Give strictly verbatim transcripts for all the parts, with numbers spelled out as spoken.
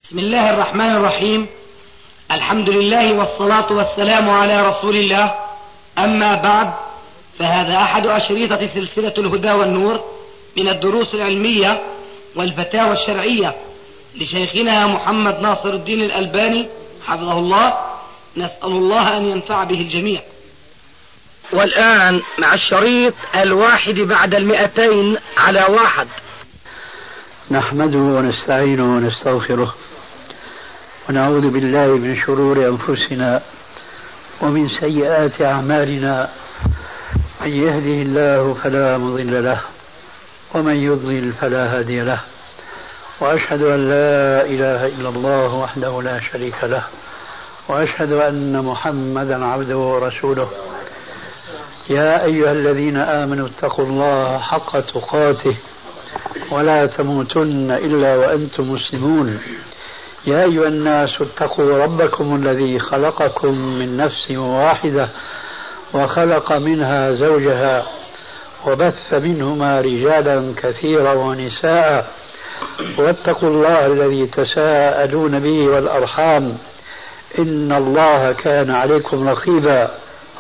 بسم الله الرحمن الرحيم. الحمد لله والصلاة والسلام على رسول الله. أما بعد، فهذا أحد أشريطة سلسلة الهدى والنور من الدروس العلمية والفتاوى الشرعية لشيخنا محمد ناصر الدين الألباني حفظه الله. نسأل الله أن ينفع به الجميع. والآن مع الشريط الواحد بعد المئتين على واحد. نحمده ونستعينه ونستغفره ونعوذ بالله من شرور أنفسنا ومن سيئات أعمالنا. من يهده الله فلا مضل له ومن يضلل فلا هادي له، وأشهد أن لا إله إلا الله وحده لا شريك له، وأشهد أن محمدا عبده ورسوله. يا أيها الذين آمنوا اتقوا الله حق تقاته ولا تموتن إلا وأنتم مسلمون. يا أيها الناس اتقوا ربكم الذي خلقكم من نفس واحدة وخلق منها زوجها وبث منهما رجالا كثيرا ونساء، واتقوا الله الذي تساءلون به والأرحام إن الله كان عليكم رقيبا.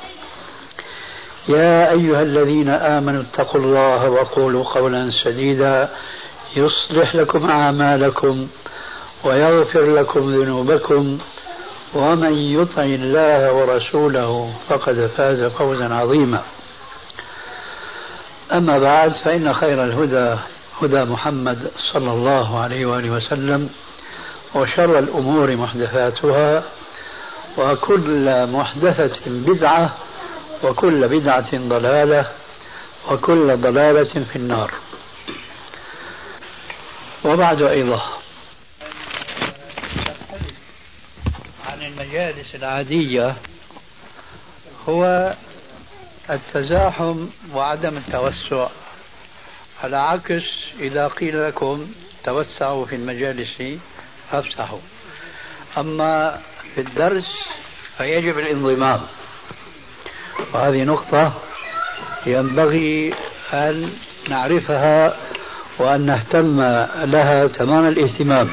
يا أيها الذين آمنوا اتقوا الله وقولوا قولا سديدا يصلح لكم أعمالكم ويغفر لكم ذنوبكم، ومن يطع الله ورسوله فقد فاز فوزا عظيما. أما بعد، فإن خير الهدى هدى محمد صلى الله عليه وآله وسلم، وشر الأمور محدثاتها، وكل محدثة بدعة، وكل بدعة ضلالة، وكل ضلالة في النار. وبعد أيضا عن المجالس العادية هو التزاحم وعدم التوسع، على عكس إذا قيل لكم توسعوا في المجالس فافسحوا. أما في الدرس فيجب الانضمام، وهذه نقطة ينبغي أن نعرفها وأن نهتم لها تمام الاهتمام.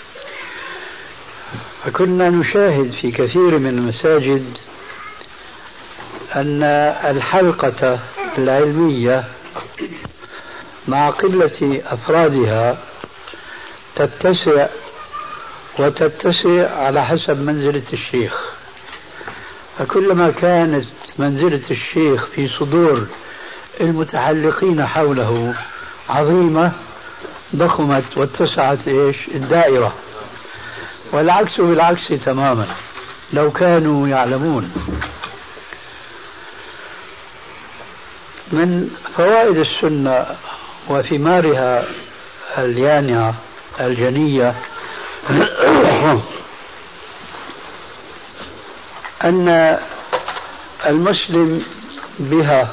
فكنا نشاهد في كثير من المساجد أن الحلقة العلمية مع قلة أفرادها تتسع وتتسع على حسب منزلة الشيخ. فكلما كانت منزلة الشيخ في صدور المتحلقين حوله عظيمة ضخمت واتسعت إيش الدائرة، والعكس بالعكس تماما لو كانوا يعلمون. من فوائد السنة وثمارها اليانعة الجنية أن المسلم بها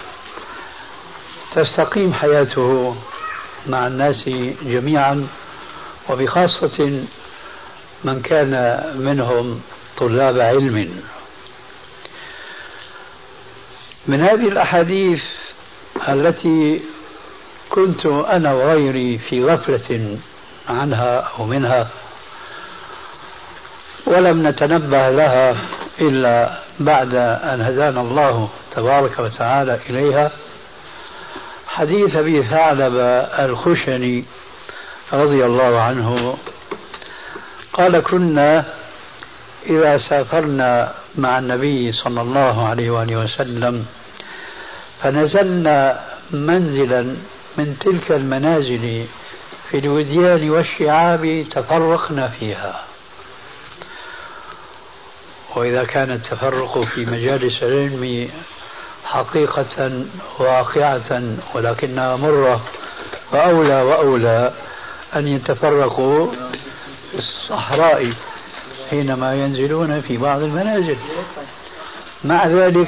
تستقيم حياته مع الناس جميعا، وبخاصة من كان منهم طلاب علم. من هذه الأحاديث التي كنت أنا وغيري في غفلة عنها أو منها ولم نتنبه لها إلا بعد أن هدانا الله تبارك وتعالى إليها، حديث أبي ثعلبة الخشني رضي الله عنه قال: كنا إذا سافرنا مع النبي صلى الله عليه وآله وسلم فنزلنا منزلا من تلك المنازل في الوديان والشعاب تفرقنا فيها. وإذا كان التفرق في مجالس العلم حقيقة واقعة ولكنها مرة، فأولى وأولى أن يتفرقوا في الصحراء حينما ينزلون في بعض المنازل. مع ذلك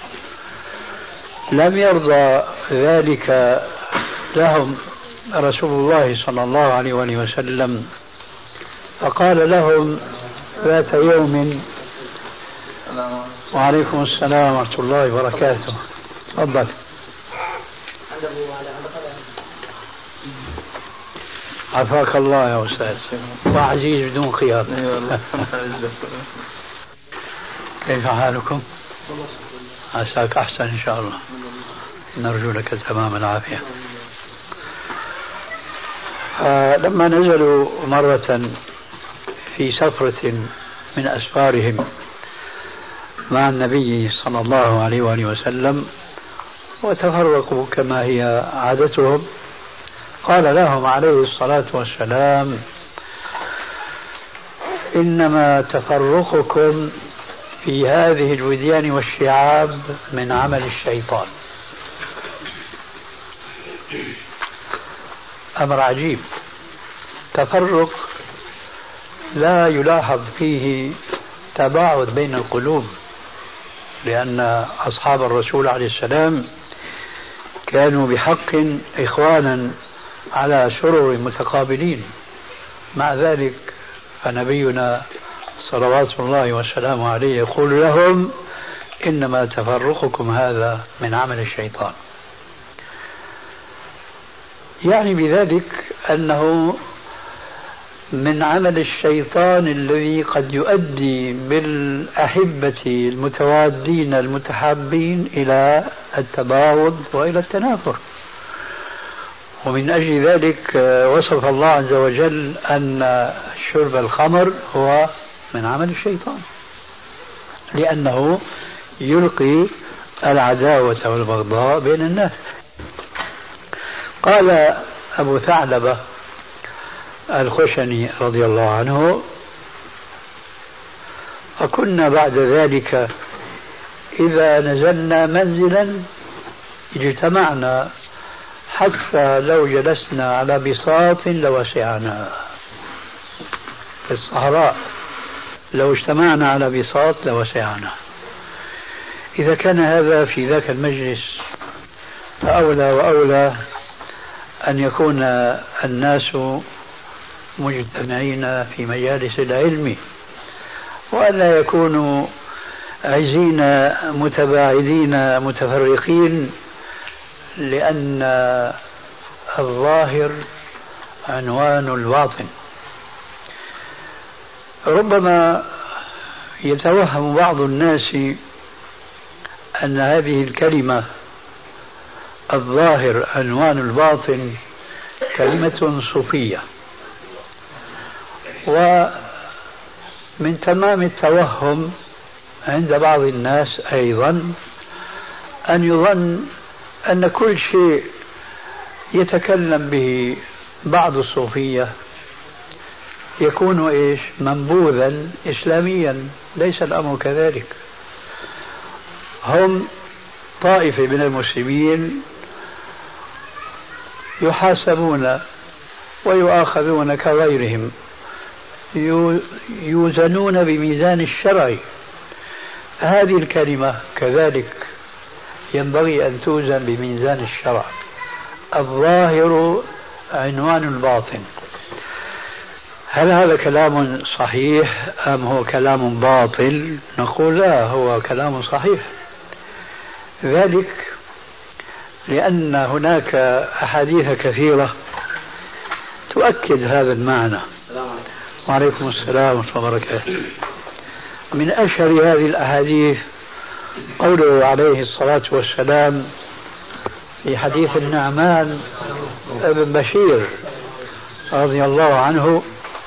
لم يرضى ذلك لهم رسول الله صلى الله عليه وآله وسلم، فقال لهم ذات يوم: وعليكم السلام ورحمة الله وبركاته، تفضل. عافاك الله يا أستاذ، وعزيز بدون خيار. كيف حالكم؟ عساك أحسن إن شاء الله، نرجو لك تمام العافية. لما نزلوا مرة في سفرة من أسفارهم مع النبي صلى الله عليه وآله وسلم وتفرقوا كما هي عادتهم، قال لهم عليه الصلاة والسلام: إنما تفرقكم في هذه الوديان والشعاب من عمل الشيطان. أمر عجيب، تفرق لا يلاحظ فيه تباعد بين القلوب، لأن أصحاب الرسول عليه السلام كانوا بحق إخوانا على سرر متقابلين. مع ذلك فنبينا صلوات الله وسلامه عليه يقول لهم: إنما تفرقكم هذا من عمل الشيطان. يعني بذلك أنه من عمل الشيطان الذي قد يؤدي بالأحبة المتوادين المتحابين إلى التباغض وإلى التنافر. ومن أجل ذلك وصف الله عز وجل أن شرب الخمر هو من عمل الشيطان، لأنه يلقي العداوة والبغضاء بين الناس. قال أبو ثعلبة الخشني رضي الله عنه: فكنا بعد ذلك إذا نزلنا منزلا اجتمعنا حتى لو جلسنا على بساط لوسعنا. في الصحراء لو اجتمعنا على بساط لوسعنا. إذا كان هذا في ذاك المجلس فأولى وأولى أن يكون الناس مجتمعين في مجالس العلم، وألا يكونوا عزين متباعدين متفرقين، لأن الظاهر عنوان الباطن. ربما يتوهم بعض الناس أن هذه الكلمة الظاهر عنوان الباطن كلمة صوفية، ومن تمام التوهم عند بعض الناس أيضا أن يظن أن كل شيء يتكلم به بعض الصوفية يكون إيش منبوذا إسلاميا. ليس الأمر كذلك. هم طائفة من المسلمين يحاسبون ويؤاخذون كغيرهم، يوزنون بميزان الشرع. هذه الكلمة كذلك ينبغي أن توزن بميزان الشرع. الظاهر عنوان الباطن. هل هذا كلام صحيح أم هو كلام باطل؟ نقول لا، هو كلام صحيح. ذلك لأن هناك أحاديث كثيرة تؤكد هذا المعنى. وعليكم السلام ورحمة الله وبركاته. من أشهر هذه الأحاديث قوله عليه الصلاة والسلام في حديث النعمان بن بشير رضي الله عنه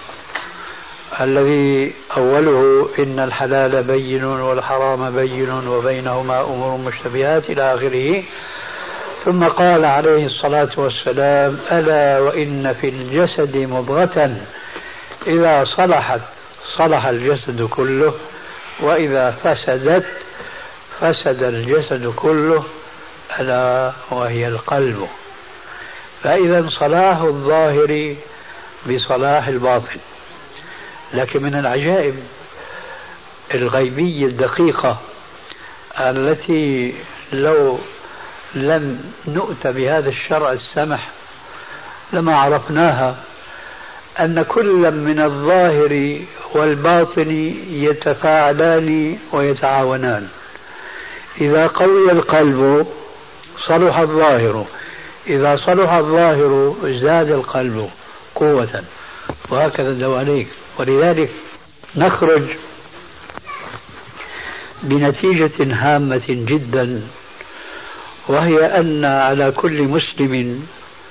الذي أوله: إن الحلال بين والحرام بين وبينهما أمور مشتبهات إلى آخره. ثم قال عليه الصلاة والسلام: ألا وإن في الجسد مضغة إذا صلحت صلح الجسد كله وإذا فسدت فسد الجسد كله ألا وهي القلب. فإذا صلاح الظاهر بصلاح الباطن. لكن من العجائب الغيبية الدقيقة التي لو لم نؤت بهذا الشرع السمح لما عرفناها، أن كل من الظاهر والباطن يتفاعلان ويتعاونان. إذا قوي القلب صلح الظاهر، إذا صلح الظاهر زاد القلب، قوة، وهكذا دواليك. ولذلك نخرج بنتيجة هامة جدا، وهي أن على كل مسلم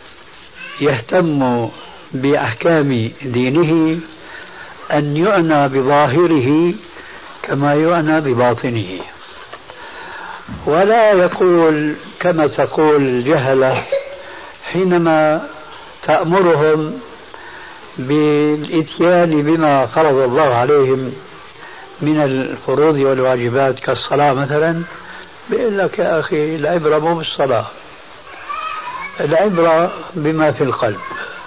يهتم بأحكام دينه أن يعنى بظاهره كما يعنى بباطنه، ولا يقول كما تقول الجهلة حينما تأمرهم بالإتيان بما فرض الله عليهم من الفروض والواجبات كالصلاة مثلا، بيقول لك يا أخي العبرة مو بالصلاة، العبرة بما في القلب.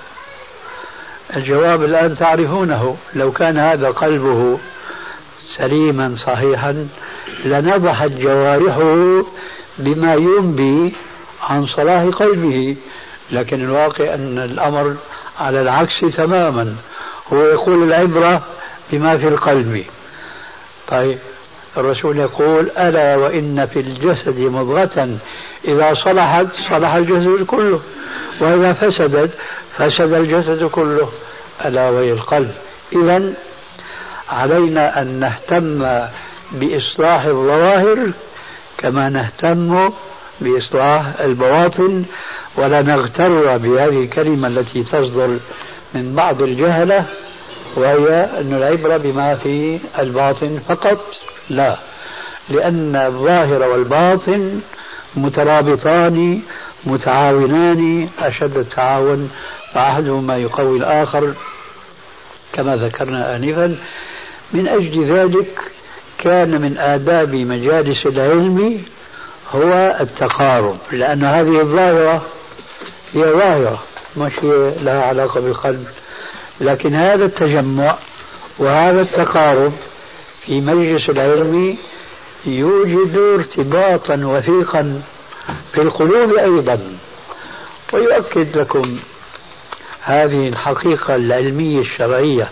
الجواب الآن تعرفونه، لو كان هذا قلبه سليما صحيحا لنضحت جوارحه بما ينبي عن صلاح قلبه، لكن الواقع أن الأمر على العكس تماما، هو يقول العبرة بما في القلب. طيب الرسول يقول ألا وإن في الجسد مضغة إذا صلحت صلح الجسد كله، وإذا فسدت فسد الجسد كله، ألا وهي القلب. إذن علينا أن نهتم بإصلاح الظواهر كما نهتم بإصلاح البواطن، ولا نغتر بهذه الكلمة التي تصدر من بعض الجهلة، وهي أن العبرة بما في الباطن فقط. لا، لأن الظاهر والباطن مترابطان متعاونان أشد التعاون، فأحدهما يقوي الآخر كما ذكرنا آنفا. من أجل ذلك كان من آداب مجالس العلم هو التقارب، لأن هذه الظاهرة هي ظاهرة مش لها علاقة بالقلب، لكن هذا التجمع وهذا التقارب في مجلس العلم يوجد ارتباطا وثيقا في القلوب أيضا. ويؤكد لكم هذه الحقيقة العلمية الشرعية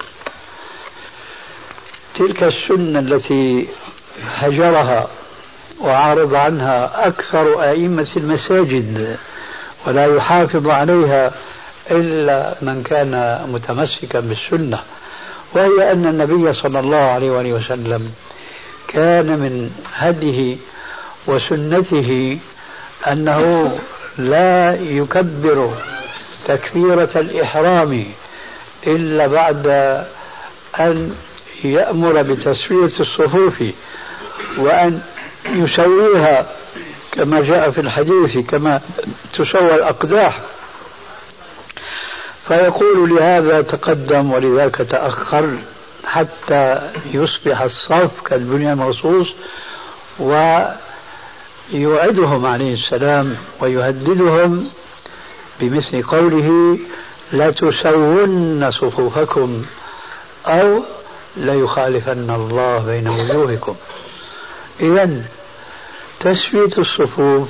تلك السنة التي هجرها وعارض عنها أكثر أئمة المساجد ولا يحافظ عليها إلا من كان متمسكا بالسنة، وهي أن النبي صلى الله عليه وآله وسلم كان من هديه وسنته أنه لا يكبر تكبيرة الإحرام إلا بعد أن يأمر بتسوية الصفوف وأن يسويها كما جاء في الحديث كما تسوى الأقداح، فيقول لهذا تقدم ولذاك تأخر حتى يصبح الصف كالبنيان المرصوص، ويوعدهم عليه السلام ويهددهم بمثل قوله لا تسون صفوفكم أو لا يخالفن الله بين وجوهكم. إذن تسوية الصفوف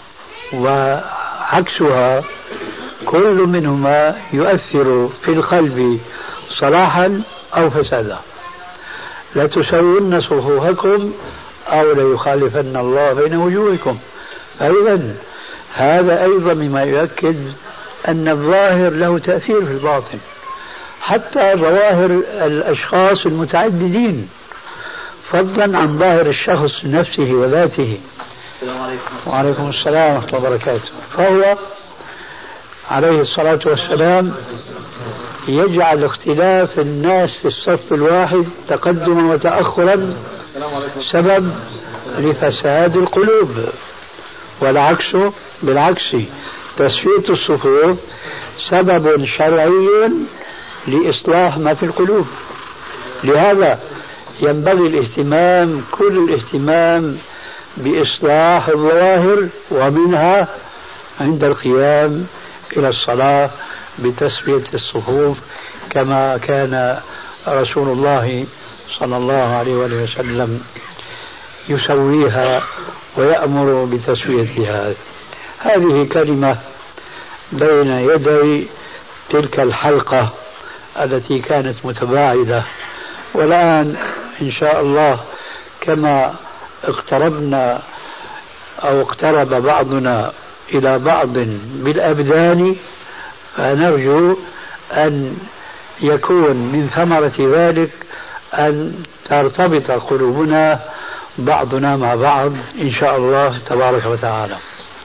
وعكسها كل منهما يؤثر في القلب صلاحا أو فسادا. لا تسون صفوفكم أو لا يخالفن الله بين وجوهكم. فإذن هذا أيضا مما يؤكد أن الظاهر له تأثير في الباطن، حتى ظواهر الأشخاص المتعددين فضلا عن ظاهر الشخص نفسه وذاته. السلام عليكم. وعليكم السلام ورحمة الله وبركاته. فهو عليه الصلاة والسلام يجعل اختلاف الناس في الصف الواحد تقدما وتأخرا سبب لفساد القلوب، والعكس بالعكس تسوية الصفوف سبب شرعي لإصلاح ما في القلوب. لهذا ينبغي الاهتمام كل الاهتمام بإصلاح الظواهر، ومنها عند القيام إلى الصلاة بتسوية الصفوف كما كان رسول الله صلى الله عليه وسلم يسويها ويأمر بتسويتها. هذه كلمة بين يدي تلك الحلقة التي كانت متباعدة، والآن إن شاء الله كما اقتربنا أو اقترب بعضنا إلى بعض بالأبدان، فنرجو أن يكون من ثمرة ذلك أن ترتبط قلوبنا بعضنا مع بعض إن شاء الله تبارك وتعالى.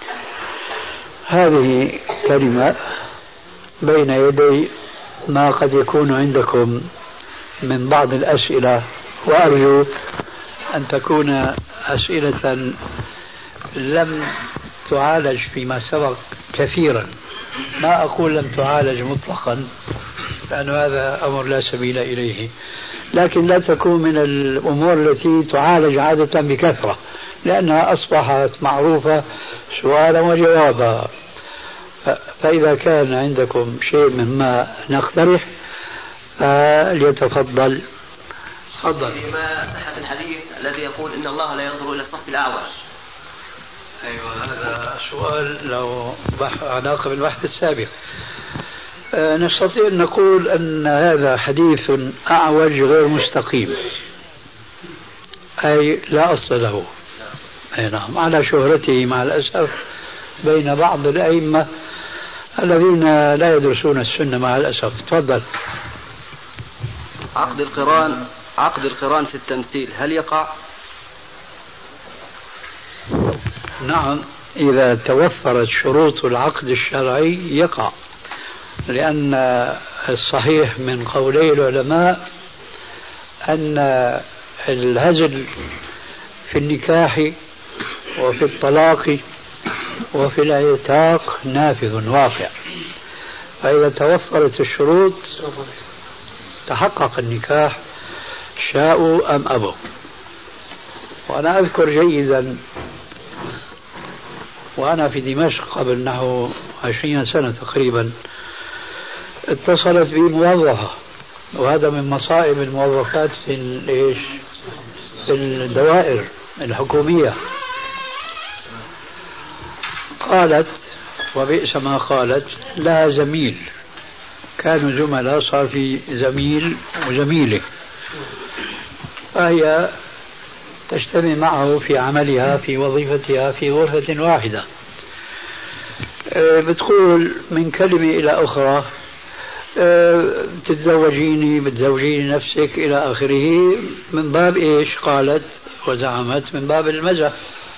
هذه كلمة بين يدي ما قد يكون عندكم من بعض الأسئلة، وأرجو أن تكون أسئلة لم تعالج فيما سبق كثيرا. ما أقول لم تعالج مطلقا لأن هذا أمر لا سبيل إليه، لكن لا تكون من الأمور التي تعالج عادة بكثرة لأنها أصبحت معروفة سؤالا وجوابا. فإذا كان عندكم شيء مما نقترح فليتفضل. تفضل. فيما صحة الحديث الذي يقول إن الله لا ينظر إلى الصف الأعوج. أيوة، هذا سؤال له علاقة بالبحث السابق. أه نستطيع أن نقول أن هذا حديث أعوج غير مستقيم، أي لا أصل له. أي نعم، على شهرته مع الأسف بين بعض الأئمة الذين لا يدرسون السنة مع الأسف. تفضل. عقد القران عقد القران في التمثيل هل يقع؟ نعم، إذا توفرت شروط العقد الشرعي يقع، لأن الصحيح من قولي العلماء أن الهزل في النكاح وفي الطلاق وفي العتاق نافذ واقع، فإذا توفرت الشروط تحقق النكاح شاءوا أم أبوا. وأنا أذكر جيدا وأنا في دمشق قبل نحو عشرين سنة تقريبا اتصلت بي موظفة، وهذا من مصائب الموظفات في الإيش في الدوائر الحكومية. قالت وبئس ما قالت لها زميل، كانوا زملاء صار في زميل وزميله، فهي تجتمع معه في عملها في وظيفتها في غرفة واحدة. بتقول من كلمة إلى أخرى بتتزوجيني بتزوجيني نفسك إلى آخره، من باب إيش؟ قالت وزعمت من باب المزح.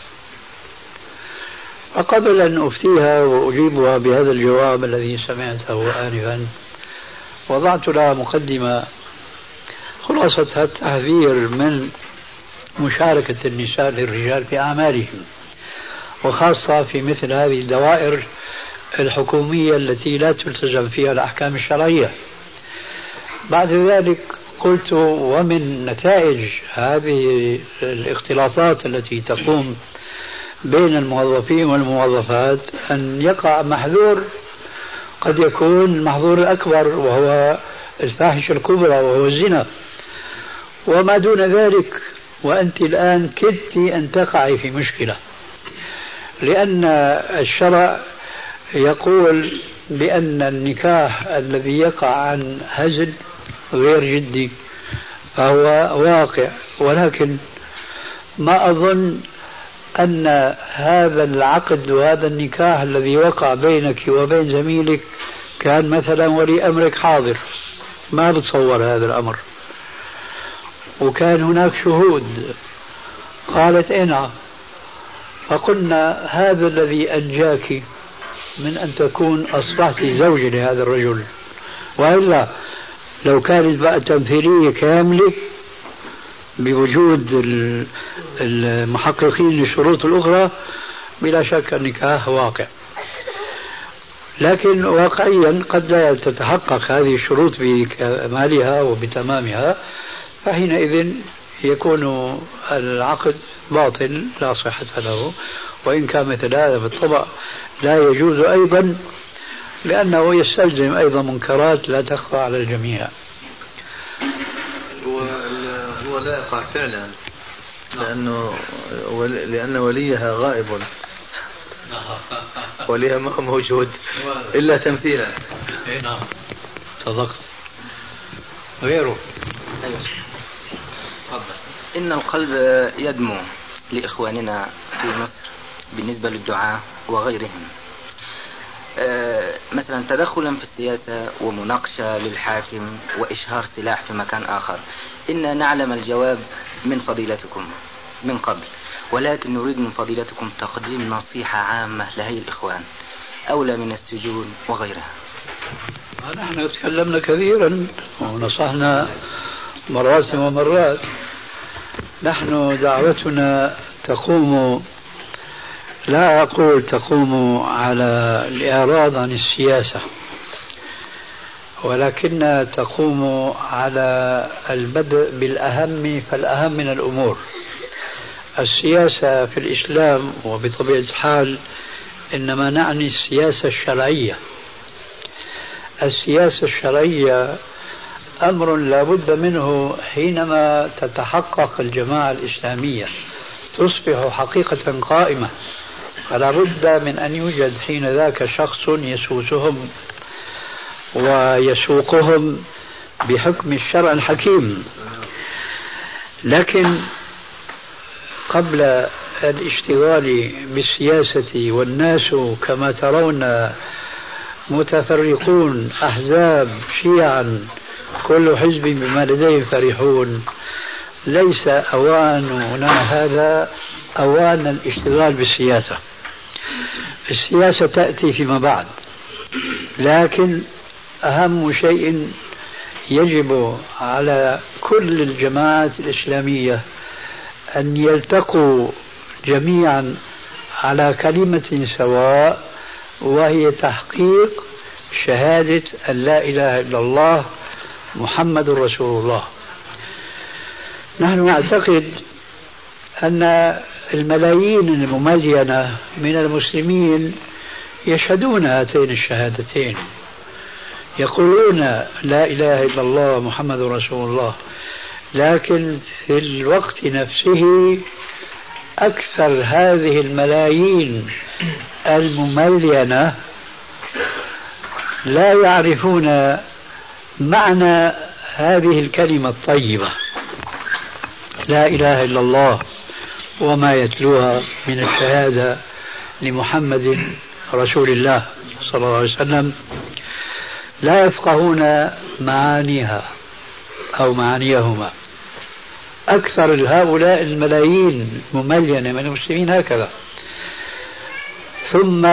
فقبل أن أفتيها وأجيبها بهذا الجواب الذي سمعته آنفا وضعت لها مقدمة خلاصة التحذير من مشاركة النساء للرجال في أعمالهم، وخاصة في مثل هذه الدوائر الحكومية التي لا تلتزم فيها الأحكام الشرعية. بعد ذلك قلت ومن نتائج هذه الاختلاطات التي تقوم بين الموظفين والموظفات أن يقع محذور قد يكون المحظور الأكبر وهو الفاحشة الكبرى وهو الزنا وما دون ذلك، وأنت الآن كدت أن تقعي في مشكلة، لأن الشرع يقول بأن النكاح الذي يقع عن هزل غير جدي فهو واقع، ولكن ما أظن أن هذا العقد وهذا النكاح الذي وقع بينك وبين زميلك كان مثلا ولي أمرك حاضر، ما بتصور هذا الأمر، وكان هناك شهود. قالت إنا، فقلنا هذا الذي أنجاك من أن تكون أصبحت زوجة لهذا الرجل، وإلا لو كانت بقى تمثيلية كاملة بوجود المحققين للشروط الأخرى بلا شك النكاح واقع، لكن واقعيا قد لا تتحقق هذه الشروط بكمالها وبتمامها، فحينئذ يكون العقد باطل لا صحة له، وإن كان مثل هذا بالطبع لا يجوز أيضا، لأنه يستلزم أيضا منكرات لا تخفى على الجميع. هو لا يقع فعلا لأنه لأن وليها غائب، وليها ما هو موجود إلا تمثيلا. نعم صدقت. غيره إن القلب يدمو لإخواننا في مصر بالنسبة للدعاة وغيرهم، مثلا تدخلا في السياسة ومناقشة للحاكم وإشهار سلاح في مكان آخر، إن نعلم الجواب من فضيلتكم من قبل، ولكن نريد من فضيلتكم تقديم نصيحة عامة لهي الإخوان أولى من السجون وغيرها. نحن تكلمنا كثيرا ونصحنا مرات ومرات. نحن دعوتنا تقوم، لا أقول تقوم على الإعراض عن السياسة، ولكن تقوم على البدء بالأهم فالأهم من الأمور. السياسة في الإسلام وبطبيعة الحال إنما نعني السياسة الشرعية. السياسة الشرعية أمر لا بد منه حينما تتحقق الجماعة الإسلامية تصبح حقيقة قائمة، فلا بد من أن يوجد حين ذاك شخص يسوسهم ويسوقهم بحكم الشرع الحكيم. لكن قبل الاشتغال بالسياسة والناس كما ترون متفرقون أحزاب شيعا كل حزب بما لديهم فرحون، ليس أواننا هذا أوان الاشتغال بالسياسة. السياسة تأتي فيما بعد، لكن أهم شيء يجب على كل الجماعات الإسلامية أن يلتقوا جميعا على كلمة سواء، وهي تحقيق شهادة أن لا إله إلا الله محمد رسول الله. نحن نعتقد أن الملايين المملينة من المسلمين يشهدون هاتين الشهادتين، يقولون لا إله إلا الله محمد رسول الله، لكن في الوقت نفسه أكثر هذه الملايين المملينة لا يعرفون معنى هذه الكلمة الطيبة لا إله إلا الله وما يتلوها من الشهادة لمحمد رسول الله صلى الله عليه وسلم، لا يفقهون معانيها أو معانيهما. أكثر هؤلاء الملايين المملينة من المسلمين هكذا. ثم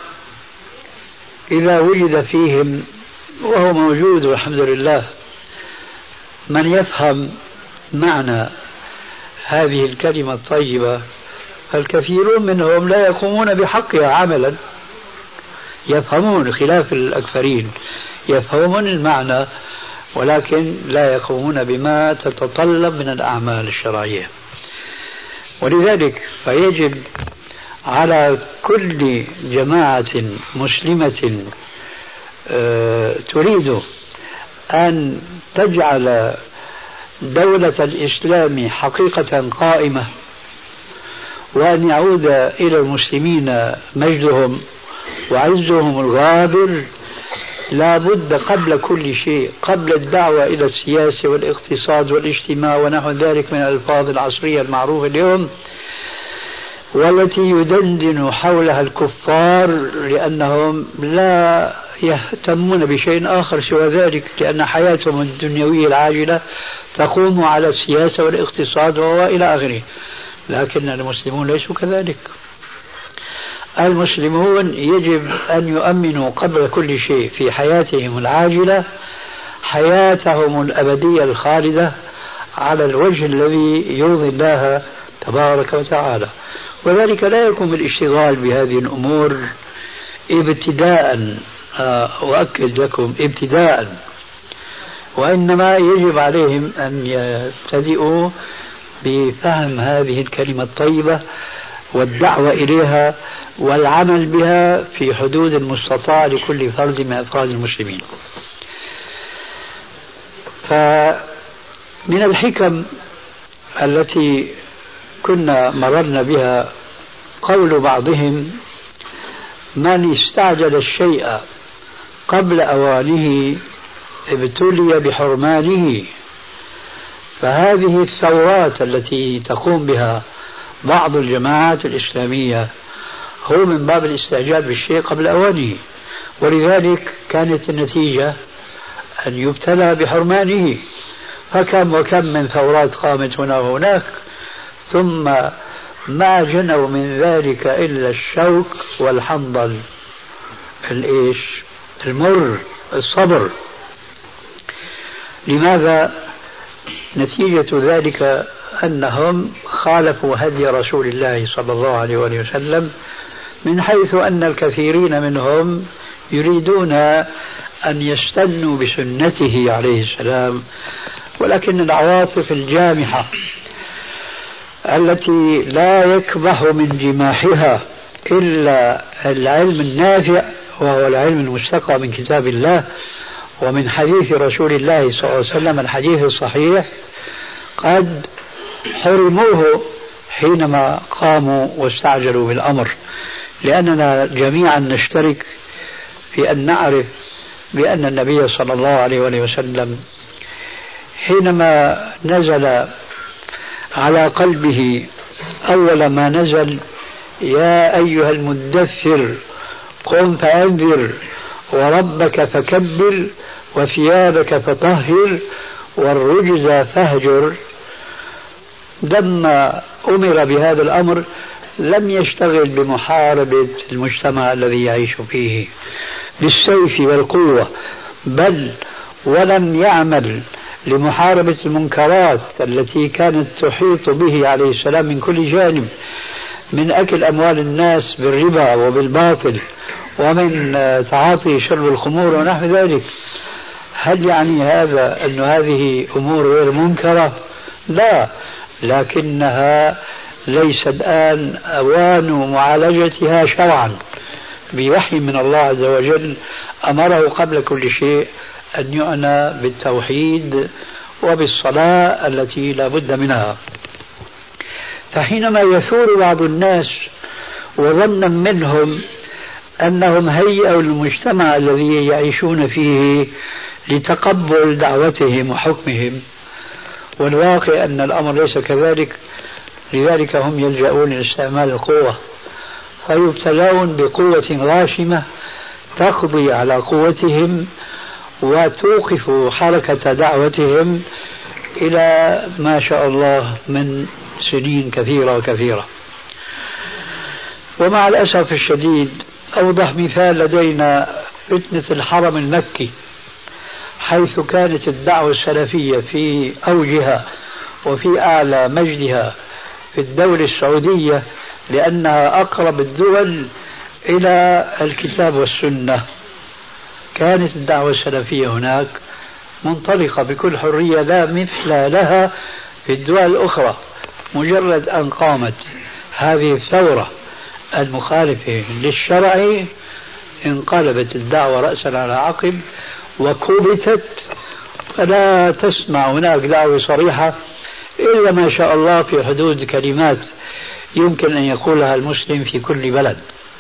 إذا وجد فيهم، وهو موجود والحمد لله، من يفهم معنى هذه الكلمة الطيبة، فالكثيرون منهم لا يقومون بحقها عملا، يفهمون خلاف الأكثرين، يفهمون المعنى ولكن لا يقومون بما تتطلب من الأعمال الشرعية. ولذلك فيجب على كل جماعة مسلمة تريد أن تجعل دولة الإسلام حقيقة قائمة وأن يعود إلى المسلمين مجدهم وعزهم الغابر، لا بد قبل كل شيء، قبل الدعوة إلى السياسة والاقتصاد والاجتماع ونحو ذلك من الألفاظ العصرية المعروفة اليوم، والتي يدندن حولها الكفار لأنهم لا يهتمون بشيء آخر سوى ذلك، لأن حياتهم الدنيوية العاجلة تقوم على السياسة والاقتصاد وإلى آخره. لكن المسلمون ليسوا كذلك. المسلمون يجب أن يؤمنوا قبل كل شيء في حياتهم العاجلة حياتهم الأبدية الخالدة على الوجه الذي يرضي الله تبارك وتعالى. وذلك لا يكون بالاشتغال بهذه الأمور ابتداء، أؤكد لكم ابتداء، وإنما يجب عليهم أن يبتدئوا بفهم هذه الكلمة الطيبة والدعوة إليها والعمل بها في حدود المستطاع لكل فرد من أفراد المسلمين. فمن الحكم التي كنا مررنا بها قول بعضهم: من استعجل الشيء قبل أوانه ابتلي بحرمانه. فهذه الثورات التي تقوم بها بعض الجماعات الإسلامية هو من باب الاستعجال بالشيء قبل أوانه. ولذلك كانت النتيجة أن يبتلى بحرمانه. فكم وكم من ثورات قامت هنا وهناك، ثم ما جنوا من ذلك إلا الشوك والحنظل، الإيش المر، الصبر. لماذا؟ نتيجة ذلك أنهم خالفوا هدي رسول الله صلى الله عليه وسلم، من حيث أن الكثيرين منهم يريدون أن يستنوا بسنته عليه السلام، ولكن العواطف الجامحة التي لا يكبح من جماحها إلا العلم النافع، وهو العلم المستقى من كتاب الله ومن حديث رسول الله صلى الله عليه وسلم الحديث الصحيح، قد حرموه حينما قاموا واستعجلوا بالأمر. لأننا جميعا نشترك في أن نعرف بأن النبي صلى الله عليه وسلم حينما نزل على قلبه أول ما نزل: يا أيها المدثر قم فأنذر وربك فكبر وثيابك فطهر والرجز فاهجر، لما أمر بهذا الأمر لم يشتغل بمحاربة المجتمع الذي يعيش فيه بالسيف والقوة، بل ولم يعمل لمحاربة المنكرات التي كانت تحيط به عليه السلام من كل جانب، من أكل أموال الناس بالربا وبالباطل، ومن تعاطي شرب الخمور ونحو ذلك. هل يعني هذا أن هذه أمور غير منكرة؟ لا، لكنها ليس الآن أوان معالجتها شرعا بوحي من الله عز وجل. أمره قبل كل شيء أن يعنى بالتوحيد وبالصلاة التي لا بد منها. فحينما يثور بعض الناس وظنا منهم أنهم هيئوا المجتمع الذي يعيشون فيه لتقبل دعوتهم وحكمهم، والواقع أن الأمر ليس كذلك، لذلك هم يلجؤون لاستعمال القوة، فيبتلون بقوة غاشمة تقضي على قوتهم وتوقف حركة دعوتهم إلى ما شاء الله من سنين كثيرة وكثيرة. ومع الأسف الشديد أوضح مثال لدينا فتنة الحرم المكي، حيث كانت الدعوة السلفية في أوجها وفي أعلى مجدها في الدولة السعودية، لأنها أقرب الدول إلى الكتاب والسنة. كانت الدعوة السلفية هناك منطلقة بكل حرية لا مثل لها في الدول الأخرى. مجرد أن قامت هذه الثورة المخالفة للشرع انقلبت الدعوة رأسا على عقب وكبتت، فلا تسمع هناك دعوة صريحة إلا ما شاء الله في حدود كلمات يمكن أن يقولها المسلم في كل بلد.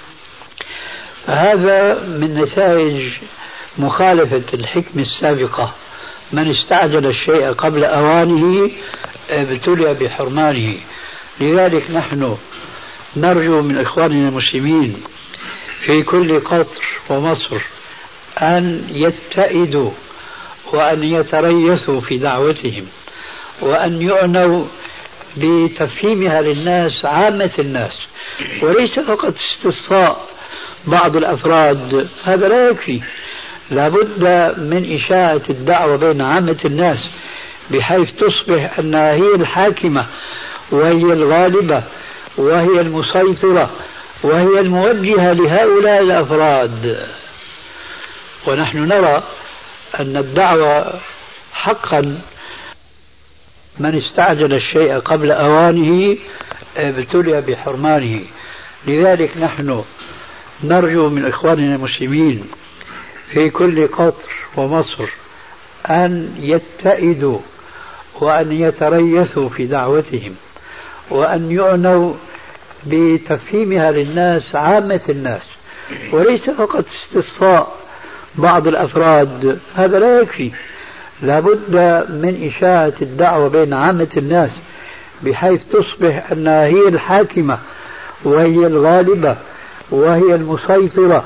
فهذا من نتائج مخالفة الحكمة السابقة. من استعجل الشيء قبل أوانه ابتلي بحرمانه. لذلك نحن نرجو من إخواننا المسلمين في كل قطر ومصر أن يتئدوا وأن يتريثوا في دعوتهم، وأن يعنوا بتفهيمها للناس عامة الناس، وليس فقط استصفاء بعض الأفراد. هذا لا يكفي، لابد من إشاعة الدعوة بين عامة الناس بحيث تصبح أنها هي الحاكمة وهي الغالبة وهي المسيطرة وهي الموجهة لهؤلاء الأفراد. ونحن نرى أن الدعوة حقا من استعجل الشيء قبل أوانه ابتلي بحرمانه. لذلك نحن نرجو من إخواننا المسلمين في كل قطر ومصر أن يتئدوا وأن يتريثوا في دعوتهم، وأن يعنوا بتفهيمها للناس عامة الناس، وليس فقط استصفاء بعض الأفراد. هذا لا يكفي، لابد من إشاعة الدعوة بين عامة الناس بحيث تصبح أنها هي الحاكمة وهي الغالبة وهي المسيطرة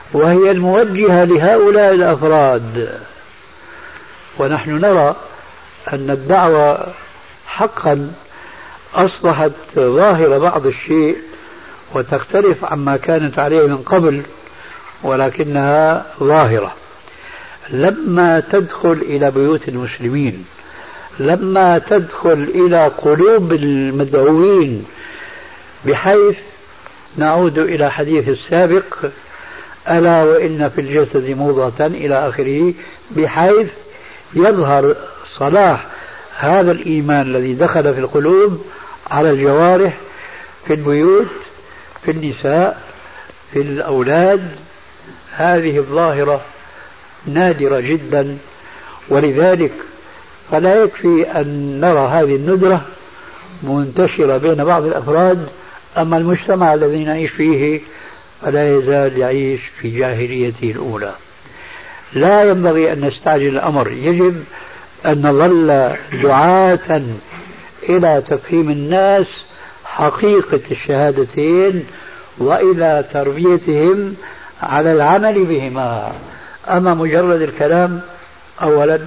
وهي الموجهة لهؤلاء الأفراد. ونحن نرى أن الدعوة حقا أصبحت ظاهرة بعض الشيء وتختلف عما كانت عليه من قبل، ولكنها ظاهرة. لما تدخل إلى بيوت المسلمين، لما تدخل إلى قلوب المدعوين، بحيث نعود إلى حديث السابق ألا وإن في الجسد مضغة إلى آخره، بحيث يظهر صلاح هذا الإيمان الذي دخل في القلوب على الجوارح، في البيوت، في النساء، في الأولاد. هذه الظاهرة نادرة جدا، ولذلك فلا يكفي أن نرى هذه الندرة منتشرة بين بعض الأفراد، أما المجتمع الذي نعيش فيه فلا يزال يعيش في جاهليته الأولى. لا ينبغي أن نستعجل الأمر، يجب أن نظل دعاة إلى تفهيم الناس حقيقة الشهادتين وإلى تربيتهم على العمل بهما. أما مجرد الكلام أولا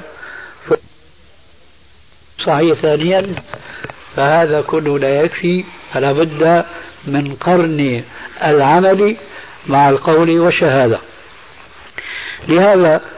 صحيح، ثانيا فهذا كله لا يكفي، فلا بد من قرن العمل مع القول والشهادة. لهذا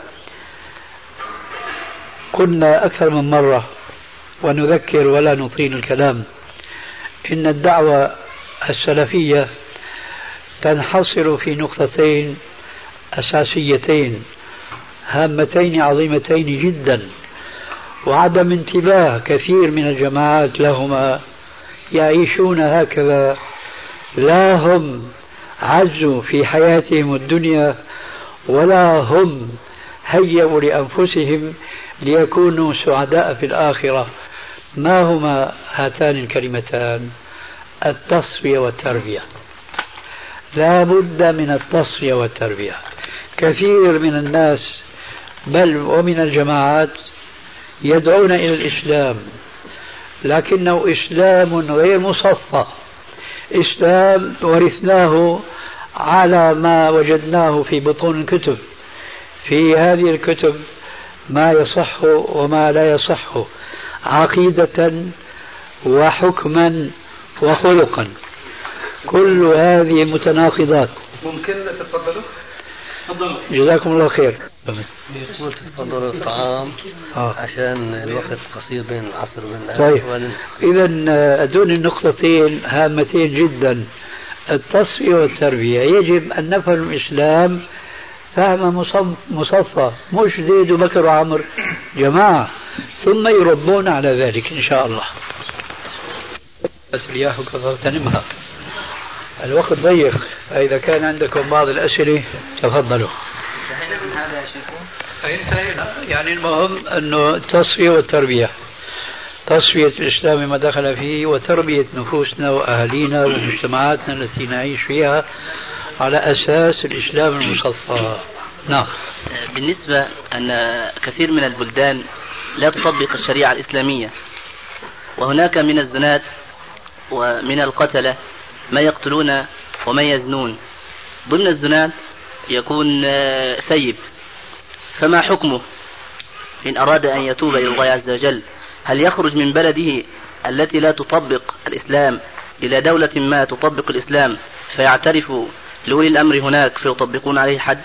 قلنا أكثر من مرة ونذكر ولا نطيل الكلام، إن الدعوة السلفية تنحصر في نقطتين أساسيتين هامتين عظيمتين جدا، وعدم انتباه كثير من الجماعات لهما. يعيشون هكذا، لا هم عزوا في حياتهم الدنيا ولا هم هيئوا لأنفسهم ليكونوا سعداء في الآخرة. ما هما هاتان الكلمتان؟ التصفية والتربية. لا بد من التصفية والتربية. كثير من الناس بل ومن الجماعات يدعون إلى الإسلام، لكنه إسلام غير مصفى، إسلام ورثناه على ما وجدناه في بطون الكتب. في هذه الكتب ما يصح وما لا يصح، عقيدة وحكما وخلقا، كل هذه متناقضات. ممكن تتفضلوا؟ جزاكم الله خير. يقول تفضلوا الطعام آه. عشان الوقت قصير بين العصر والآن. طيب، إذا دون النقطتين هامتين جدا، التصفية والتربية. يجب أن نفهم الإسلام فهم مصفى، مش زيد وبكر وعمر، جماعة، ثم يربون على ذلك إن شاء الله. بس رياحك فاغتنمها، الوقت ضيق، فإذا كان عندكم بعض الأسئلة تفضلوا. يعني المهم أنه التصفية والتربية، تصفية الإسلام ما دخل فيه، وتربية نفوسنا وأهالينا ومجتمعاتنا التي نعيش فيها على أساس الإسلام المصفى. نعم. بالنسبة أن كثير من البلدان لا تطبق الشريعة الإسلامية، وهناك من الزنات ومن القتلة ما يقتلون وما يزنون. ضمن الزنات يكون سيب، فما حكمه إن أراد أن يتوب إلى الله عز وجل؟ هل يخرج من بلده التي لا تطبق الإسلام إلى دولة ما تطبق الإسلام فيعترف لولي الأمر هناك فيطبقون عليه حد؟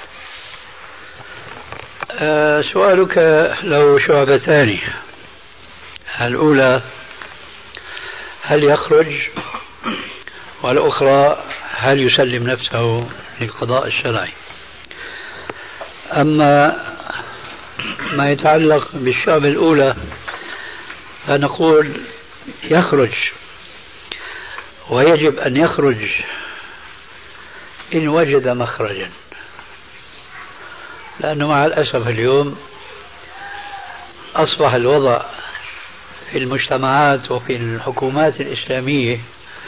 أه سؤالك له شعبتان. الأولى هل يخرج، والأخرى هل يسلم نفسه للقضاء الشرعي. أما ما يتعلق بالشعبة الأولى فنقول يخرج، ويجب أن يخرج إن وجد مخرجا، لأنه مع الأسف اليوم أصبح الوضع في المجتمعات وفي الحكومات الإسلامية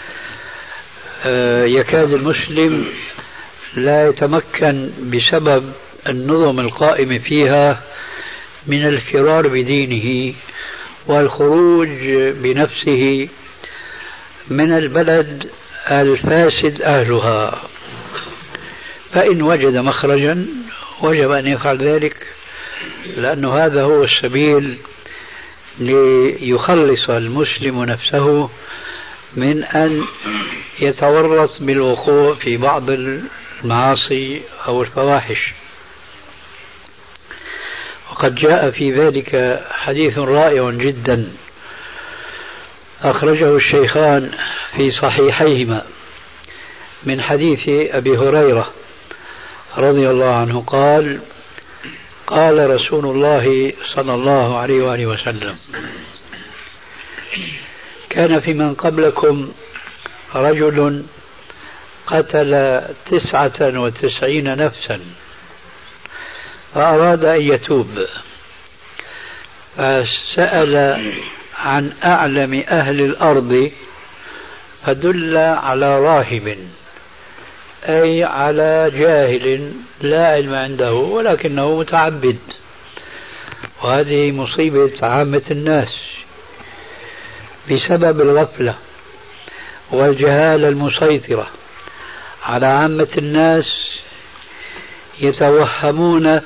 يكاد المسلم لا يتمكن بسبب النظم القائمة فيها من الفرار بدينه والخروج بنفسه من البلد الفاسد أهلها. فإن وجد مخرجا وجب أن يفعل ذلك، لأنه هذا هو السبيل ليخلص المسلم نفسه من أن يتورط بالوقوع في بعض المعاصي أو الفواحش. وقد جاء في ذلك حديث رائع جدا أخرجه الشيخان في صحيحيهما من حديث أبي هريرة رضي الله عنه قال: قال رسول الله صلى الله عليه وآله وسلم: كان في من قبلكم رجل قتل تسعة وتسعين نفسا فأراد أن يتوب، فسأل عن أعلم أهل الأرض فدل على راهب، أي على جاهل لا علم عنده ولكنه متعبد. وهذه مصيبة عامة الناس بسبب الغفلة والجهالة المسيطرة على عامة الناس، يتوهمون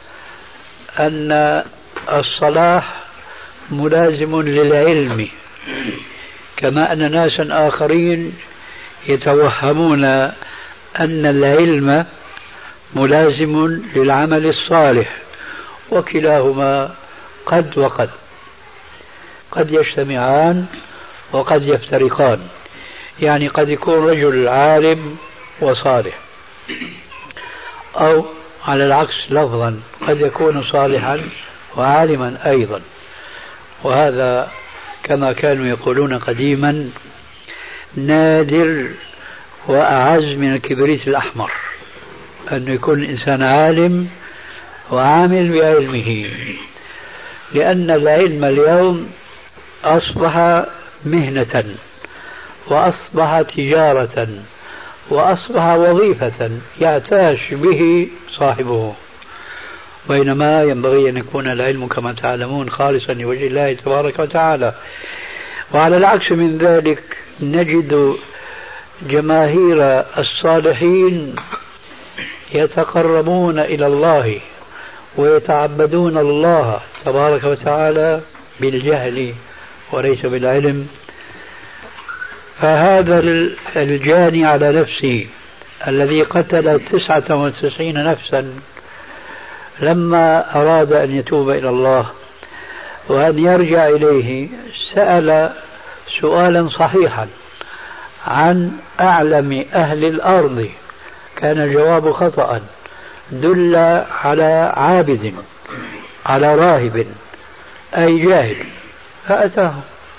أن الصلاح ملازم للعلم، كما أن ناسا آخرين يتوهمون أن العلم ملازم للعمل الصالح، وكلاهما قد وقد قد يجتمعان وقد يفترقان. يعني قد يكون رجل عالم وصالح، أو على العكس لفظا قد يكون صالحا وعالما أيضا. وهذا كما كانوا يقولون قديما نادر وأعز من الكبريت الأحمر، أن يكون الإنسان عالم وعامل بعلمه، لأن العلم اليوم أصبح مهنة وأصبح تجارة وأصبح وظيفة يعتاش به صاحبه، بينما ينبغي أن يكون العلم كما تعلمون خالصا لوجه الله تبارك وتعالى. وعلى العكس من ذلك نجد جماهير الصالحين يتقربون إلى الله ويتعبدون الله تبارك وتعالى بالجهل وليس بالعلم. فهذا الجاني على نفسه الذي قتل تسعة وتسعين نفسا لما أراد أن يتوب إلى الله وأن يرجع إليه سأل سؤالا صحيحا عن أعلم أهل الأرض، كان الجواب خطأ، دل على عابد على راهب أي جاهل، فأتاه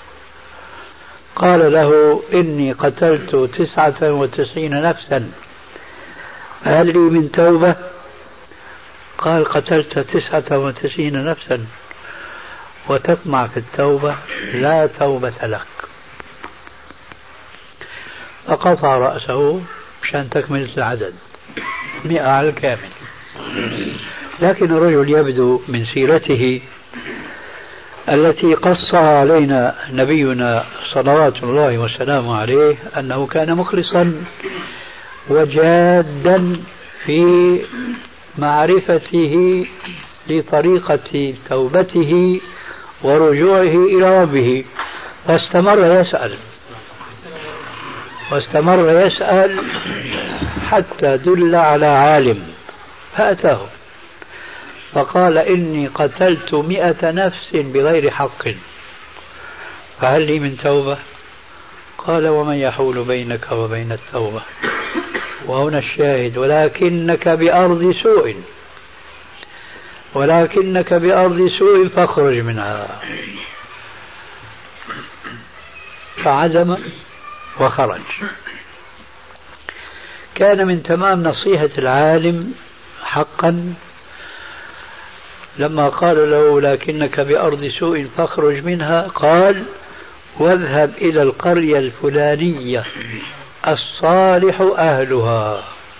قال له: إني قتلت تسعة وتسعين نفسا هل لي من توبة؟ قال: قتلت تسعة وتسعين نفسا وتطمع في التوبة؟ لا توبة لك. فقطع رأسه مشان تكملة العدد مئة على الكامل. لكن الرجل يبدو من سيرته التي قصها علينا نبينا صلوات الله وسلامه عليه أنه كان مخلصا وجادا في معرفته لطريقة توبته ورجوعه إلى ربه، فاستمر يسأل واستمر يسأل حتى دل على عالم فأتاه فقال: إني قتلت مئة نفس بغير حق فهل لي من توبة؟ قال: ومن يحول بينك وبين التوبة؟ وهنا الشاهد: ولكنك بأرض سوء ولكنك بأرض سوء فاخرج منها. فعزم وخرج. كان من تمام نصيحة العالم حقا لما قال له: لكنك بأرض سوء فاخرج منها، قال: واذهب إلى القرية الفلانية الصالح أهلها.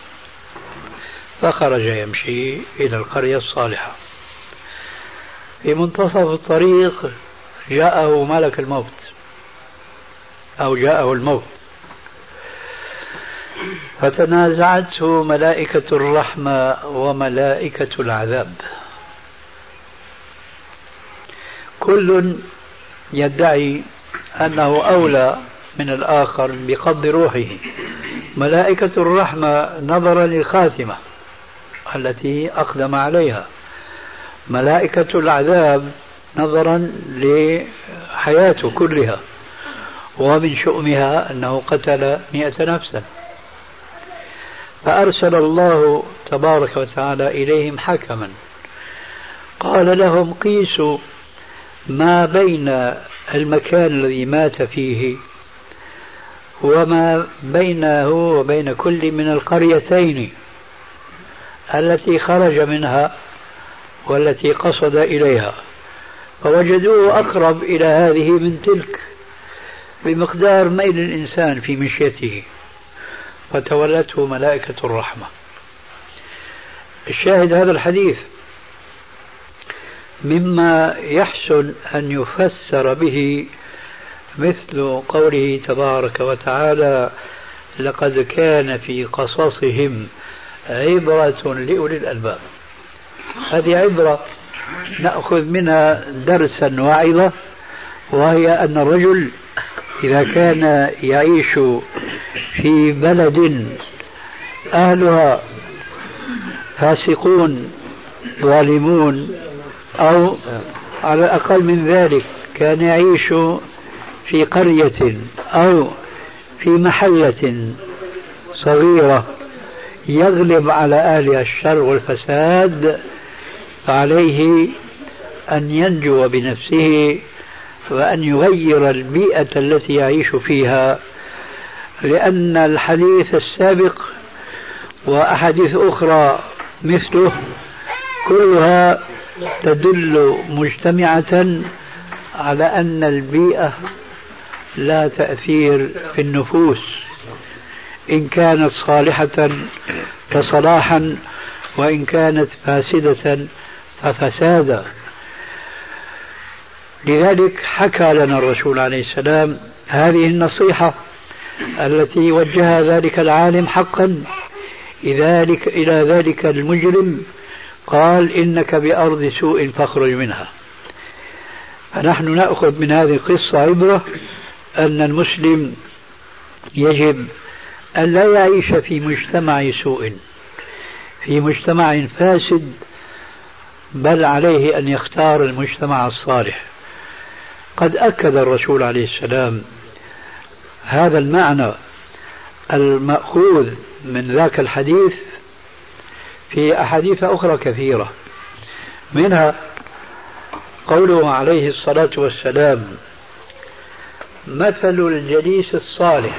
فخرج يمشي إلى القرية الصالحة. في منتصف الطريق جاءه ملك الموت أو جاءه الموت، فتنازعته ملائكة الرحمة وملائكة العذاب، كل يدعي أنه أولى من الآخر بقبض روحه. ملائكة الرحمة نظرا للخاتمة التي أقدم عليها، ملائكة العذاب نظرا لحياته كلها، ومن شؤمها أنه قتل مئة نفسا. فأرسل الله تبارك وتعالى إليهم حكما قال لهم قيسوا ما بين المكان الذي مات فيه وما بينه وبين كل من القريتين التي خرج منها والتي قصد إليها، فوجدوه أقرب إلى هذه من تلك بمقدار ميل الإنسان في مشيته، فتولته ملائكة الرحمة. الشاهد هذا الحديث مما يحسن أن يفسر به مثل قوله تبارك وتعالى لقد كان في قصصهم عبرة لأولي الألباب. هذه عبرة نأخذ منها درسا وعظة، وهي أن الرجل إذا كان يعيش في بلد أهلها فاسقون ظالمون، أو على الأقل من ذلك كان يعيش في قرية أو في محلة صغيرة يغلب على أهلها الشر والفساد، فعليه أن ينجو بنفسه وأن يغير البيئة التي يعيش فيها، لأن الحديث السابق وأحاديث أخرى مثله كلها تدل مجتمعة على أن البيئة لا تأثير في النفوس، إن كانت صالحة فصلاحا وإن كانت فاسدة ففسادا. لذلك حكى لنا الرسول عليه السلام هذه النصيحة التي وجهها ذلك العالم حقا إلى ذلك المجرم، قال إنك بأرض سوء فاخرج منها. فنحن نأخذ من هذه القصة عبرة أن المسلم يجب أن لا يعيش في مجتمع سوء، في مجتمع فاسد، بل عليه أن يختار المجتمع الصالح. قد أكد الرسول عليه السلام هذا المعنى المأخوذ من ذاك الحديث في أحاديث أخرى كثيرة، منها قوله عليه الصلاة والسلام مثل الجليس الصالح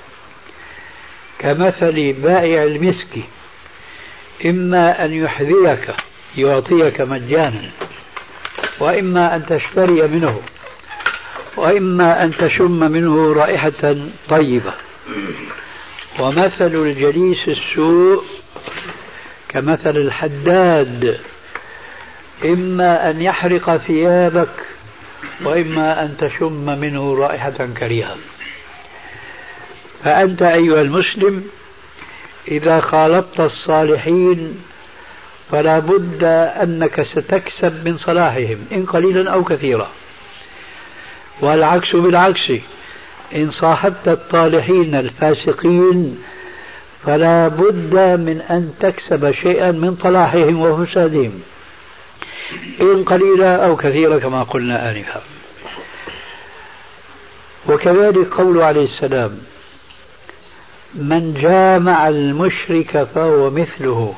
كمثل بائع المسك، إما أن يحذيك يعطيك مجانا، وإما أن تشتري منه، وإما أن تشم منه رائحة طيبة. ومثل الجليس السوء كمثل الحداد، إما أن يحرق ثيابك وإما أن تشم منه رائحة كريهة. فأنت أيها المسلم إذا خالطت الصالحين فلا بد أنك ستكسب من صلاحهم إن قليلا أو كثيرا، والعكس بالعكس، إن صاحبت الطالحين الفاسقين فلا بد من أن تكسب شيئا من صلاحهم وفسادهم إن قليلا أو كثيرا كما قلنا آنفا. وكذلك قول عليه السلام من جامع المشرك فهو مثله،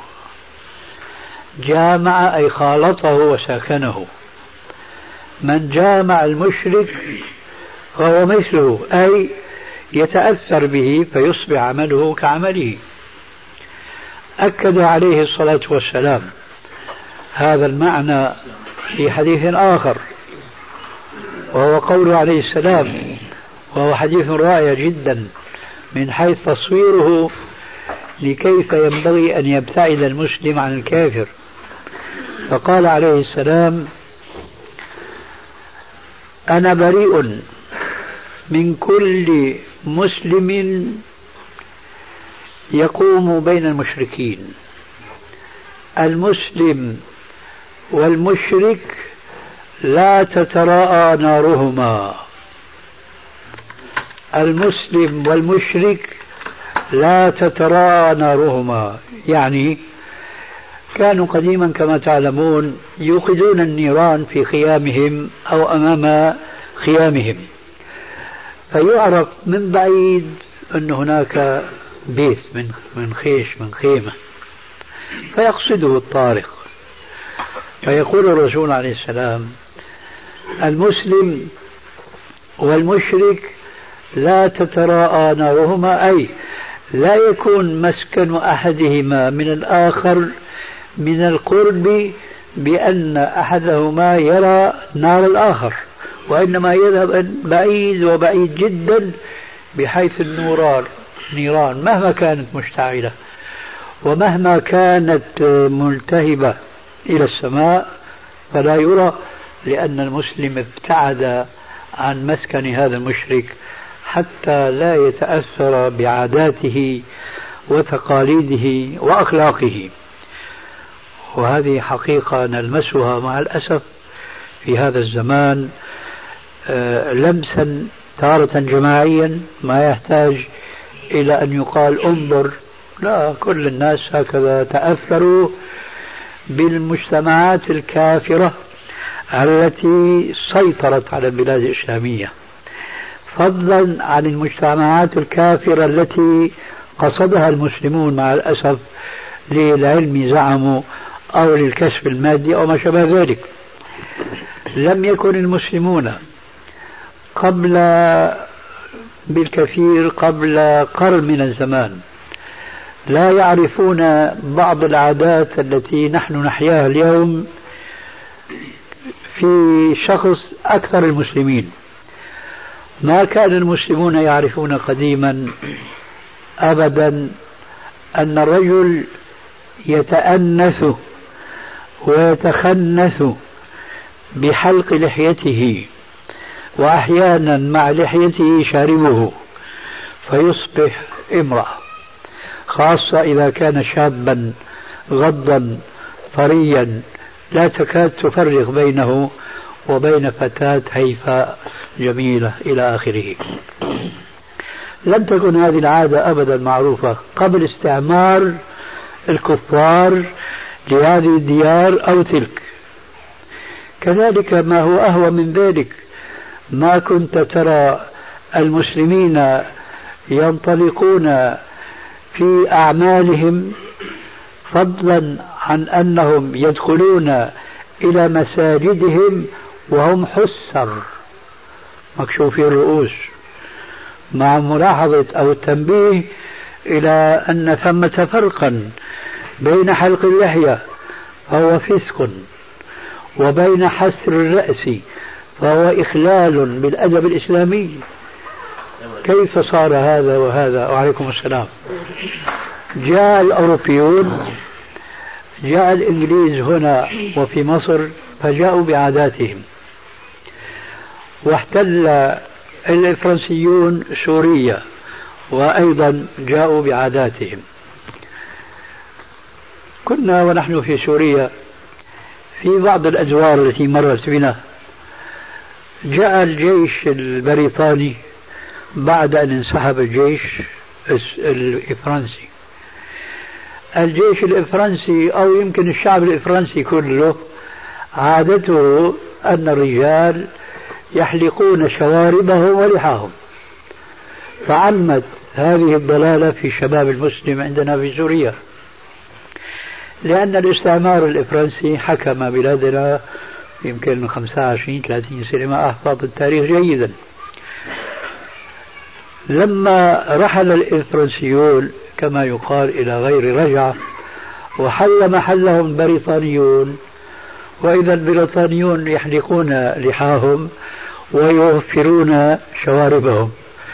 جامع أي خالطه وساكنه، من جامع المشرك فهو مثله أي يتأثر به فيصبح عمله كعمله. أكد عليه الصلاة والسلام هذا المعنى في حديث آخر، وهو قوله عليه السلام، وهو حديث رائع جدا من حيث تصويره لكيف ينبغي أن يبتعد المسلم عن الكافر. فقال عليه السلام أنا بريء من كل مسلم يقوم بين المشركين. المسلم والمشرك لا تتراءى نارهما. المسلم والمشرك لا تتراءى نارهما، يعني كانوا قديما كما تعلمون يوقدون النيران في خيامهم أو أمام خيامهم، فيعرف من بعيد أن هناك بيت من من خيش من خيمة، فيقصده الطارق، فيقول الرسول عليه السلام: المسلم والمشرك لا تتراءى نارهما، أي لا يكون مسكن أحدهما من الآخر من القرب بأن أحدهما يرى نار الآخر، وإنما يذهب بعيد وبعيد جدا، بحيث النوران نيران مهما كانت مشتعلة ومهما كانت ملتهبة إلى السماء فلا يرى، لأن المسلم ابتعد عن مسكن هذا المشرك حتى لا يتأثر بعاداته وتقاليده وأخلاقه. وهذه حقيقة نلمسها مع الأسف في هذا الزمان لمسا تارة جماعيا ما يحتاج إلى أن يقال انظر، لا، كل الناس هكذا تأثروا بالمجتمعات الكافرة التي سيطرت على البلاد الإسلامية، فضلا عن المجتمعات الكافرة التي قصدها المسلمون مع الأسف للعلم زعموا أو للكسب المادي أو ما شابه ذلك. لم يكن المسلمون قبل بالكثير قبل قرن من الزمان لا يعرفون بعض العادات التي نحن نحياها اليوم في شخص أكثر المسلمين. ما كان المسلمون يعرفون قديما أبدا أن الرجل يتأنث ويتخنث بحلق لحيته، وأحيانا مع لحيته شاربه فيصبح امرأة، خاصة إذا كان شابا غضا طريا لا تكاد تفرق بينه وبين فتاة هيفاء جميلة إلى آخره. لم تكن هذه العادة أبدا معروفة قبل استعمار الكفار لهذه الديار أو تلك. كذلك ما هو أهوى من ذلك، ما كنت ترى المسلمين ينطلقون في أعمالهم فضلا عن أنهم يدخلون إلى مساجدهم وهم حسر مكشوفي الرؤوس، مع ملاحظة أو التنبيه إلى أن ثمة فرقا بين حلق اللحية فهو فسق وبين حسر الرأس فهو إخلال بالأدب الإسلامي. كيف صار هذا وهذا؟ وعليكم السلام. جاء الأوروبيون، جاء الإنجليز هنا وفي مصر فجاءوا بعاداتهم، واحتل الفرنسيون سوريا وأيضا جاءوا بعاداتهم. كنا ونحن في سوريا في بعض الأدوار التي مرت بنا جاء الجيش البريطاني بعد أن انسحب الجيش الفرنسي. الجيش الفرنسي أو يمكن الشعب الفرنسي كله عادته أن الرجال يحلقون شواربهم ولحاهم، فعمت هذه الضلالة في الشباب المسلم عندنا في سوريا، لأن الاستعمار الفرنسي حكم بلادنا يمكن خمسة وعشرين ثلاثين سنة ما أحفظ التاريخ جيدا. لما رحل الفرنسيون كما يقال إلى غير رجعة وحل محلهم بريطانيون، وإذا البريطانيون يحلقون لحاهم ويوفرون شواربهم،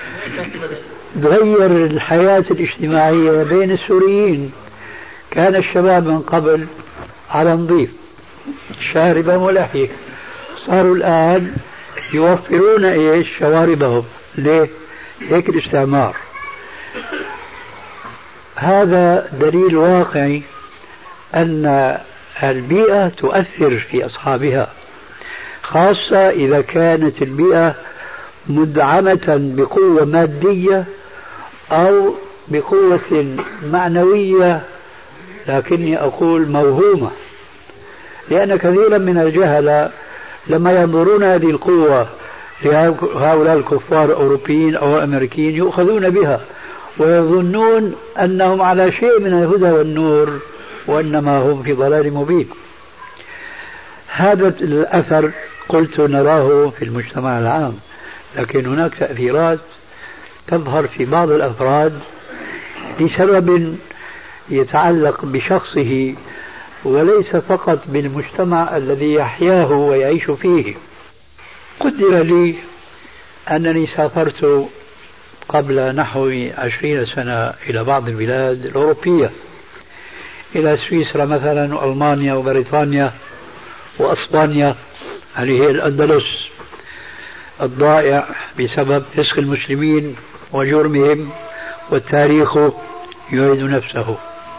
تغير الحياة الاجتماعية بين السوريين. كان الشباب من قبل على نظيف شاربهم ولحية، صاروا الآن يوفرون إيش شواربهم. ليه؟ هيك الاستعمار. هذا دليل واقعي أن البيئة تؤثر في أصحابها، خاصة إذا كانت البيئة مدعمة بقوة مادية أو بقوة معنوية، لكني أقول موهومة، لأن كثيرا من الجهلة لما ينظرون هذه القوة لهؤلاء الكفار أوروبيين أو أمريكيين يؤخذون بها ويظنون أنهم على شيء من الهدى والنور، وإنما هم في ضلال مبين. هذا الأثر قلت نراه في المجتمع العام، لكن هناك تأثيرات تظهر في بعض الأفراد لسبب يتعلق بشخصه وليس فقط بالمجتمع الذي يحياه ويعيش فيه. قدر لي أنني سافرت قبل نحو عشرين سنة إلى بعض البلاد الأوروبية، إلى سويسرا مثلا وألمانيا وبريطانيا وأسبانيا، هذه هي الأندلس الضائع بسبب فسق المسلمين وجرمهم، والتاريخ يعيد نفسه.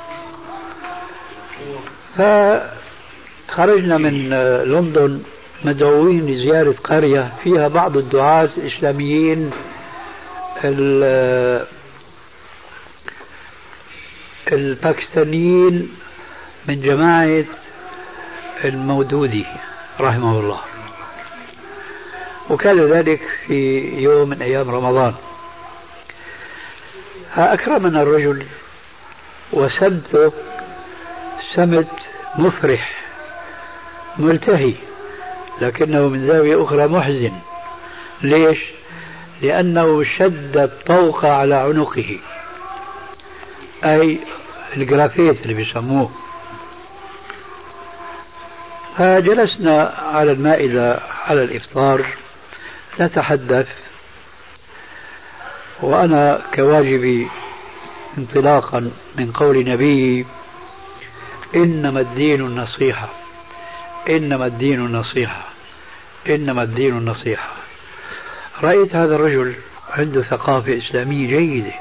فخرجنا من لندن مدعوين لزيارة قرية فيها بعض الدعاة الإسلاميين الباكستانيين من جماعة المودودي رحمه الله، وكان ذلك في يوم من أيام رمضان. أكرمنا الرجل وسمته سمت مفرح ملتهي، لكنه من زاوية أخرى محزن. ليش؟ لأنه شد الطوق على عنقه، أي الجرافيت اللي بيسموه. فجلسنا على المائدة على الإفطار نتحدث، وأنا كواجبي انطلاقا من قول نبي إنما الدين النصيحة، إنما الدين النصيحة، إنما الدين النصيحة. رأيت هذا الرجل عنده ثقافة إسلامية جيدة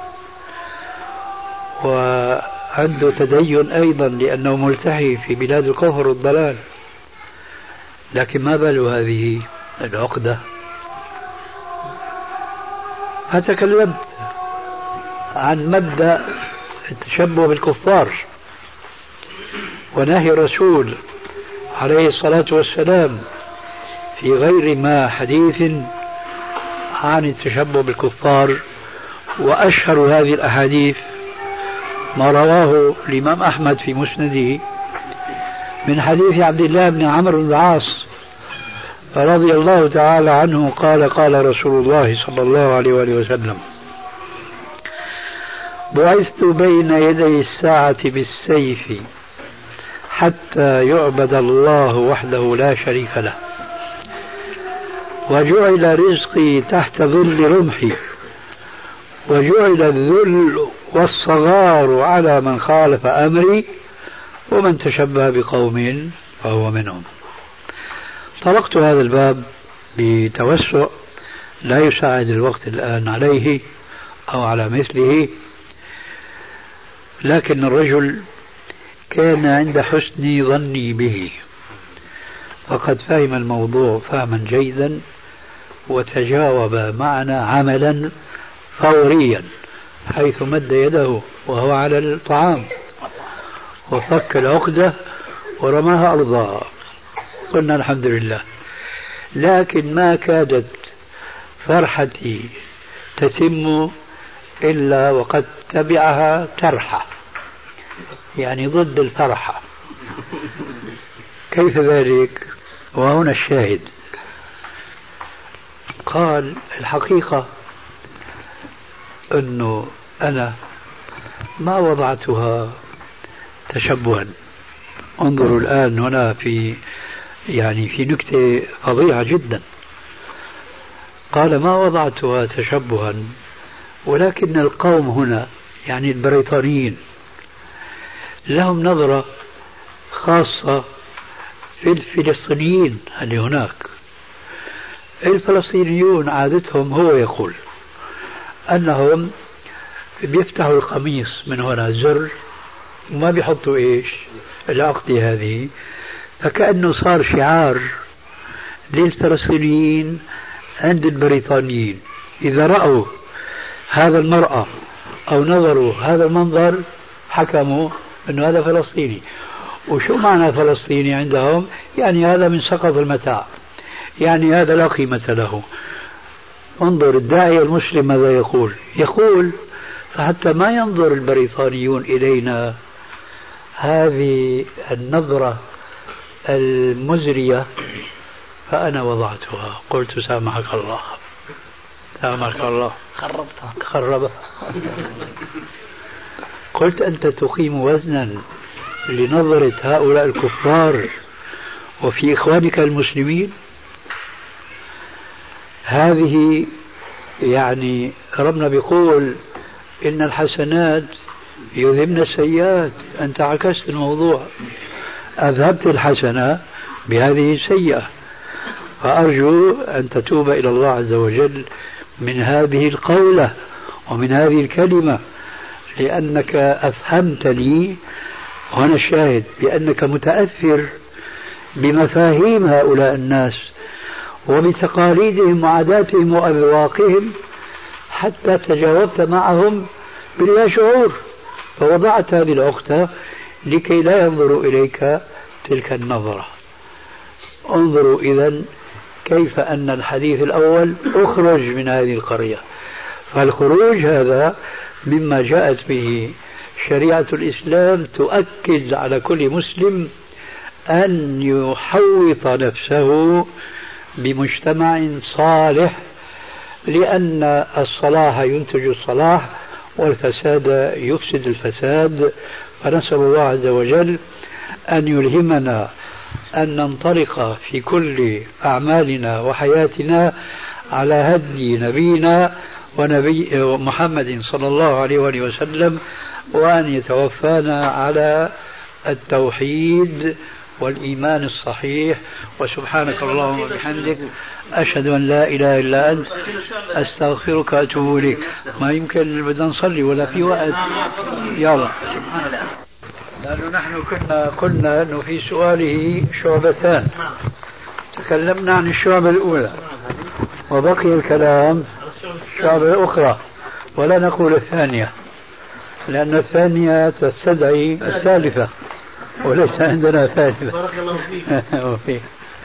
وعنده تدين أيضا لأنه ملتحي في بلاد الكفر والضلال، لكن ما بال هذه العقدة؟ فتكلمت عن مبدأ التشبه بالكفار ونهي الرسول عليه الصلاة والسلام في غير ما حديث عن التشبه بالكفار. وأشهر هذه الأحاديث ما رواه الإمام أحمد في مسنده من حديث عبد الله بن عمرو بن العاص رضي الله تعالى عنه قال قال رسول الله صلى الله عليه وآله وسلم: بعثت بين يدي الساعة بالسيف حتى يعبد الله وحده لا شريك له، وجعل رزقي تحت ظل رمحي، وجعل الذل والصغار على من خالف أمري، ومن تشبه بقوم فهو منهم. طرقت هذا الباب بتوسع لا يساعد الوقت الآن عليه أو على مثله، لكن الرجل كان عند حسن ظني به، فقد فهم الموضوع فهما جيدا وتجاوب معنا عملا فوريا، حيث مد يده وهو على الطعام وفك العقدة ورماها أرضها. قلنا الحمد لله. لكن ما كادت فرحتي تتم إلا وقد تبعها ترحة، يعني ضد الفرحة. كيف ذلك؟ وهنا الشاهد. قال: الحقيقة أنه أنا ما وضعتها تشبها. انظروا الآن هنا في يعني في نكتة فظيعة جدا. قال: ما وضعتها تشبها، ولكن القوم هنا يعني البريطانيين لهم نظرة خاصة في الفلسطينيين اللي هناك. الفلسطينيون عادتهم، هو يقول أنهم بيفتحوا القميص من هنا زر وما بيحطوا إيش العقدة هذه، فكأنه صار شعار للفلسطينيين عند البريطانيين. إذا رأوا هذا المرأة أو نظروا هذا المنظر حكموا أنه هذا فلسطيني. وشو معنى فلسطيني عندهم؟ يعني هذا من سقط المتاع، يعني هذا لا قيمة له. انظر الداعية المسلم ماذا يقول؟ يقول فحتى ما ينظر البريطانيون إلينا هذه النظرة المزرية فأنا وضعتها. قلت سامحك الله، سامحك الله، خربتها خربها. قلت أنت تقيم وزنا لنظرة هؤلاء الكفار وفي إخوانك المسلمين. هذه يعني ربنا بيقول إن الحسنات يذهبن السيئات. أنت عكست الموضوع، أذهبت الحسنة بهذه السيئة. فأرجو أن تتوب إلى الله عز وجل من هذه القولة ومن هذه الكلمة، لأنك أفهمتني وأنا الشاهد بأنك متأثر بمفاهيم هؤلاء الناس وبتقاليدهم وعاداتهم وأذواقهم حتى تجاوبت معهم بلا شعور، فوضعت هذه العقدة لكي لا ينظروا إليك تلك النظرة. انظروا إذن كيف أن الحديث الأول أخرج من هذه القرية، فالخروج هذا مما جاءت به شريعة الإسلام تؤكد على كل مسلم أن يحوط نفسه بمجتمع صالح، لأن الصلاح ينتج الصلاح والفساد يفسد الفساد. فنسأل الله عز وجل أن يلهمنا أن ننطلق في كل أعمالنا وحياتنا على هدي نبينا ونبي محمد صلى الله عليه وآله وسلم، وأن يتوفانا على التوحيد والإيمان الصحيح. وسبحانك اللهم وبحمدك أشهد أن لا إله إلا أنت أستغفرك وأتوب إليك. ما يمكن بدنا نصلي ولا في وقت؟ يلا. لأنه نحن كنا قلنا أنه في سؤاله شعبتان، تكلمنا عن الشعبة الأولى وبقي الكلام شعبة أخرى، ولا نقول الثانية لأن الثانية تستدعي الثالثة وليس عندنا ثالثة. بارك الله فيك.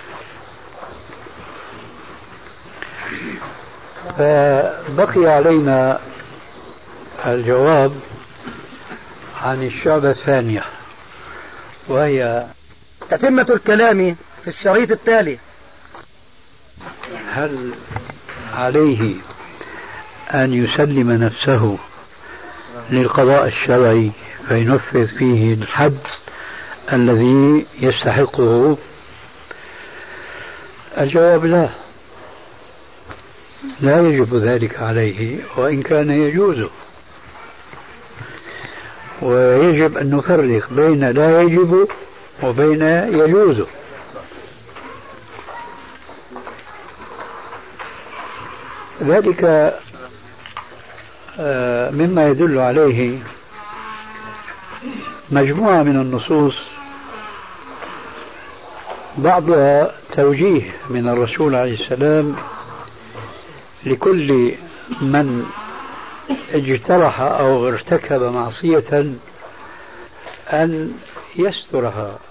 فبقي علينا الجواب عن الشعبة الثانية، وهي تتمة الكلام في الشريط التالي. هل عليه أن يسلم نفسه للقضاء الشرعي فينفذ فيه الحد الذي يستحقه؟ الجواب لا، لا يجب ذلك عليه وإن كان يجوز. ويجب أن نفرق بين لا يجب وبين يجوز. ذلك مما يدل عليه مجموعة من النصوص، بعضها توجيه من الرسول عليه السلام لكل من اجترح أو ارتكب معصية أن يسترها